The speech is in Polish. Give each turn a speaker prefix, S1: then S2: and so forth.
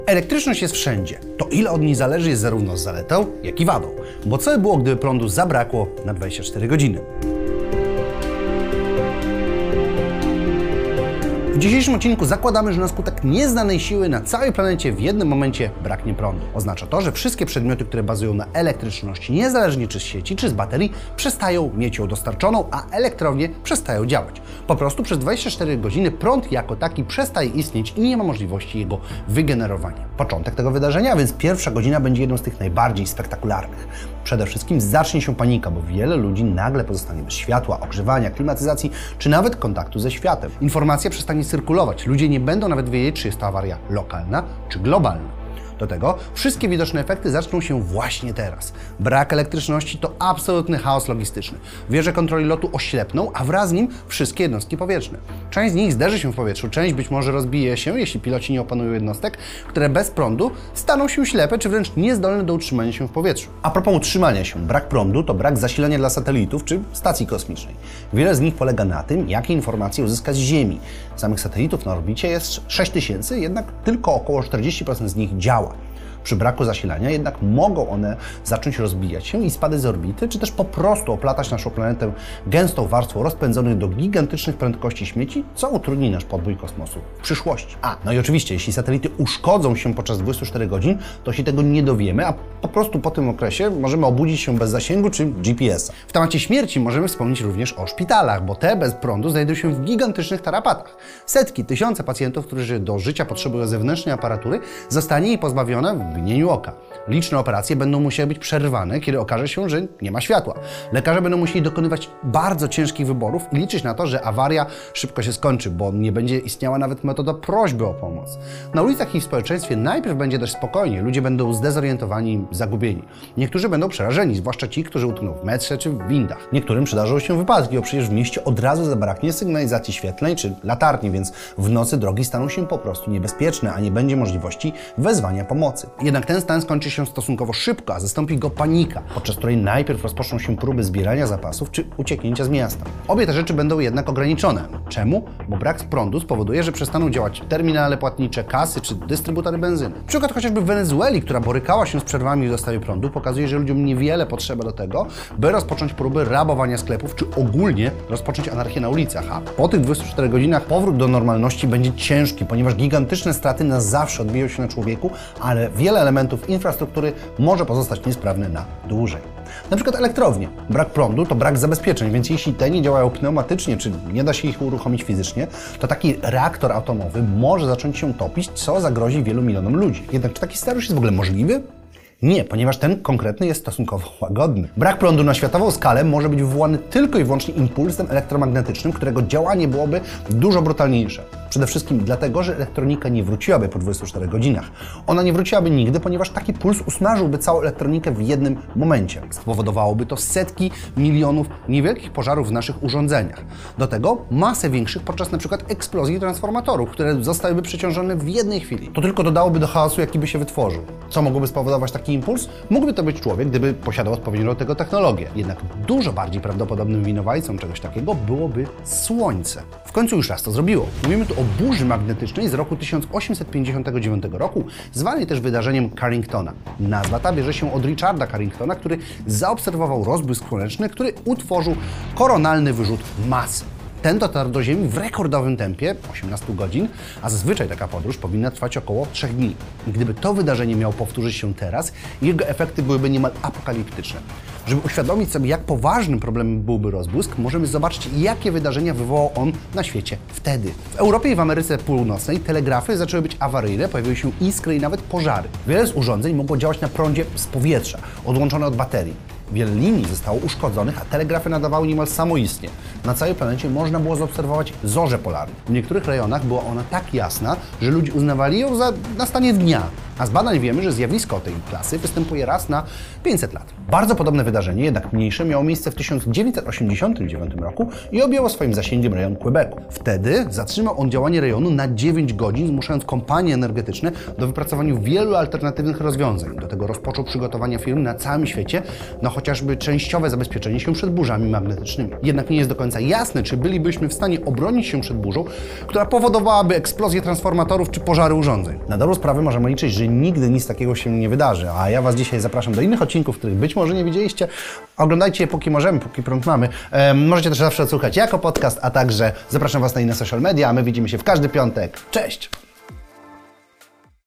S1: Elektryczność jest wszędzie. To ile od niej zależy jest zarówno zaletą, jak i wadą. Bo co by było, gdyby prądu zabrakło na 24 godziny? W dzisiejszym odcinku zakładamy, że na skutek nieznanej siły na całej planecie w jednym momencie braknie prądu. Oznacza to, że wszystkie przedmioty, które bazują na elektryczności, niezależnie czy z sieci, czy z baterii, przestają mieć ją dostarczoną, a elektrownie przestają działać. Po prostu przez 24 godziny prąd jako taki przestaje istnieć i nie ma możliwości jego wygenerowania. Początek tego wydarzenia, więc pierwsza godzina będzie jedną z tych najbardziej spektakularnych. Przede wszystkim zacznie się panika, bo wiele ludzi nagle pozostanie bez światła, ogrzewania, klimatyzacji, czy nawet kontaktu ze światem. Informacja przestanie cyrkulować. Ludzie nie będą nawet wiedzieć, czy jest to awaria lokalna, czy globalna. Do tego wszystkie widoczne efekty zaczną się właśnie teraz. Brak elektryczności to absolutny chaos logistyczny. Wieże kontroli lotu oślepną, a wraz z nim wszystkie jednostki powietrzne. Część z nich zderzy się w powietrzu, część być może rozbije się, jeśli piloci nie opanują jednostek, które bez prądu staną się ślepe, czy wręcz niezdolne do utrzymania się w powietrzu. A propos utrzymania się, brak prądu to brak zasilania dla satelitów czy stacji kosmicznej. Wiele z nich polega na tym, jakie informacje uzyskać z Ziemi. Samych satelitów na orbicie jest 6000, jednak tylko około 40% z nich działa. Przy braku zasilania jednak mogą one zacząć rozbijać się i spadać z orbity, czy też po prostu oplatać naszą planetę gęstą warstwą rozpędzonych do gigantycznych prędkości śmieci, co utrudni nasz podbój kosmosu w przyszłości. No i oczywiście, jeśli satelity uszkodzą się podczas 24 godzin, to się tego nie dowiemy, a po prostu po tym okresie możemy obudzić się bez zasięgu czy GPS-a. W temacie śmierci możemy wspomnieć również o szpitalach, bo te bez prądu znajdują się w gigantycznych tarapatach. Setki, tysiące pacjentów, którzy do życia potrzebują zewnętrznej aparatury, zostanie jej pozbawione w mgnieniu oka. Liczne operacje będą musiały być przerwane, kiedy okaże się, że nie ma światła. Lekarze będą musieli dokonywać bardzo ciężkich wyborów i liczyć na to, że awaria szybko się skończy, bo nie będzie istniała nawet metoda prośby o pomoc. Na ulicach i w społeczeństwie najpierw będzie dość spokojnie, ludzie będą zdezorientowani, zagubieni. Niektórzy będą przerażeni, zwłaszcza ci, którzy utkną w metrze czy w windach. Niektórym przydarzą się wypadki, bo przecież w mieście od razu zabraknie sygnalizacji świetlnej czy latarni, więc w nocy drogi staną się po prostu niebezpieczne, a nie będzie możliwości wezwania pomocy. Jednak ten stan skończy się stosunkowo szybko, a zastąpi go panika, podczas której najpierw rozpoczną się próby zbierania zapasów czy ucieknięcia z miasta. Obie te rzeczy będą jednak ograniczone. Czemu? Bo brak prądu spowoduje, że przestaną działać terminale płatnicze, kasy czy dystrybutory benzyny. Przykład chociażby w Wenezueli, która borykała się z przerwami w dostawie prądu, pokazuje, że ludziom niewiele potrzeba do tego, by rozpocząć próby rabowania sklepów czy ogólnie rozpocząć anarchię na ulicach. A po tych 24 godzinach powrót do normalności będzie ciężki, ponieważ gigantyczne straty na zawsze odbiją się na człowieku, ale wiele elementów infrastruktury może pozostać niesprawne na dłużej. Na przykład elektrownie. Brak prądu to brak zabezpieczeń, więc jeśli te nie działają pneumatycznie, czy nie da się ich uruchomić fizycznie, to taki reaktor atomowy może zacząć się topić, co zagrozi wielu milionom ludzi. Jednak czy taki scenariusz jest w ogóle możliwy? Nie, ponieważ ten konkretny jest stosunkowo łagodny. Brak prądu na światową skalę może być wywołany tylko i wyłącznie impulsem elektromagnetycznym, którego działanie byłoby dużo brutalniejsze. Przede wszystkim dlatego, że elektronika nie wróciłaby po 24 godzinach. Ona nie wróciłaby nigdy, ponieważ taki puls usmażyłby całą elektronikę w jednym momencie. Spowodowałoby to setki milionów niewielkich pożarów w naszych urządzeniach. Do tego masę większych podczas np. eksplozji transformatorów, które zostałyby przeciążone w jednej chwili. To tylko dodałoby do chaosu, jaki by się wytworzył. Co mogłoby spowodować taki impuls? Mógłby to być człowiek, gdyby posiadał odpowiednią do tego technologię. Jednak dużo bardziej prawdopodobnym winowajcą czegoś takiego byłoby Słońce. W końcu już raz to zrobiło. Mówimy tu o burzy magnetycznej z roku 1859 roku, zwanej też wydarzeniem Carringtona. Nazwa ta bierze się od Richarda Carringtona, który zaobserwował rozbłysk słoneczny, który utworzył koronalny wyrzut masy. Ten dotarł do Ziemi w rekordowym tempie, 18 godzin, a zazwyczaj taka podróż powinna trwać około 3 dni. I gdyby to wydarzenie miało powtórzyć się teraz, jego efekty byłyby niemal apokaliptyczne. Żeby uświadomić sobie, jak poważnym problemem byłby rozbłysk, możemy zobaczyć, jakie wydarzenia wywołał on na świecie wtedy. W Europie i w Ameryce Północnej telegrafy zaczęły być awaryjne, pojawiły się iskry i nawet pożary. Wiele z urządzeń mogło działać na prądzie z powietrza, odłączone od baterii. Wiele linii zostało uszkodzonych, a telegrafy nadawały niemal samoistnie. Na całej planecie można było zaobserwować zorzę polarną. W niektórych rejonach była ona tak jasna, że ludzie uznawali ją za nastanie dnia, A z badań wiemy, że zjawisko tej klasy występuje raz na 500 lat. Bardzo podobne wydarzenie, jednak mniejsze, miało miejsce w 1989 roku i objęło swoim zasięgiem rejon Quebecu. Wtedy zatrzymał on działanie rejonu na 9 godzin, zmuszając kompanie energetyczne do wypracowania wielu alternatywnych rozwiązań. Do tego rozpoczął przygotowania firm na całym świecie na chociażby częściowe zabezpieczenie się przed burzami magnetycznymi. Jednak nie jest do końca jasne, czy bylibyśmy w stanie obronić się przed burzą, która powodowałaby eksplozję transformatorów czy pożary urządzeń. Na dobrą sprawę możemy liczyć, że nigdy nic takiego się nie wydarzy, a ja Was dzisiaj zapraszam do innych odcinków, których być może nie widzieliście. Oglądajcie je póki możemy, póki prąd mamy. Możecie też zawsze odsłuchać jako podcast, a także zapraszam Was na inne social media, a my widzimy się w każdy piątek. Cześć!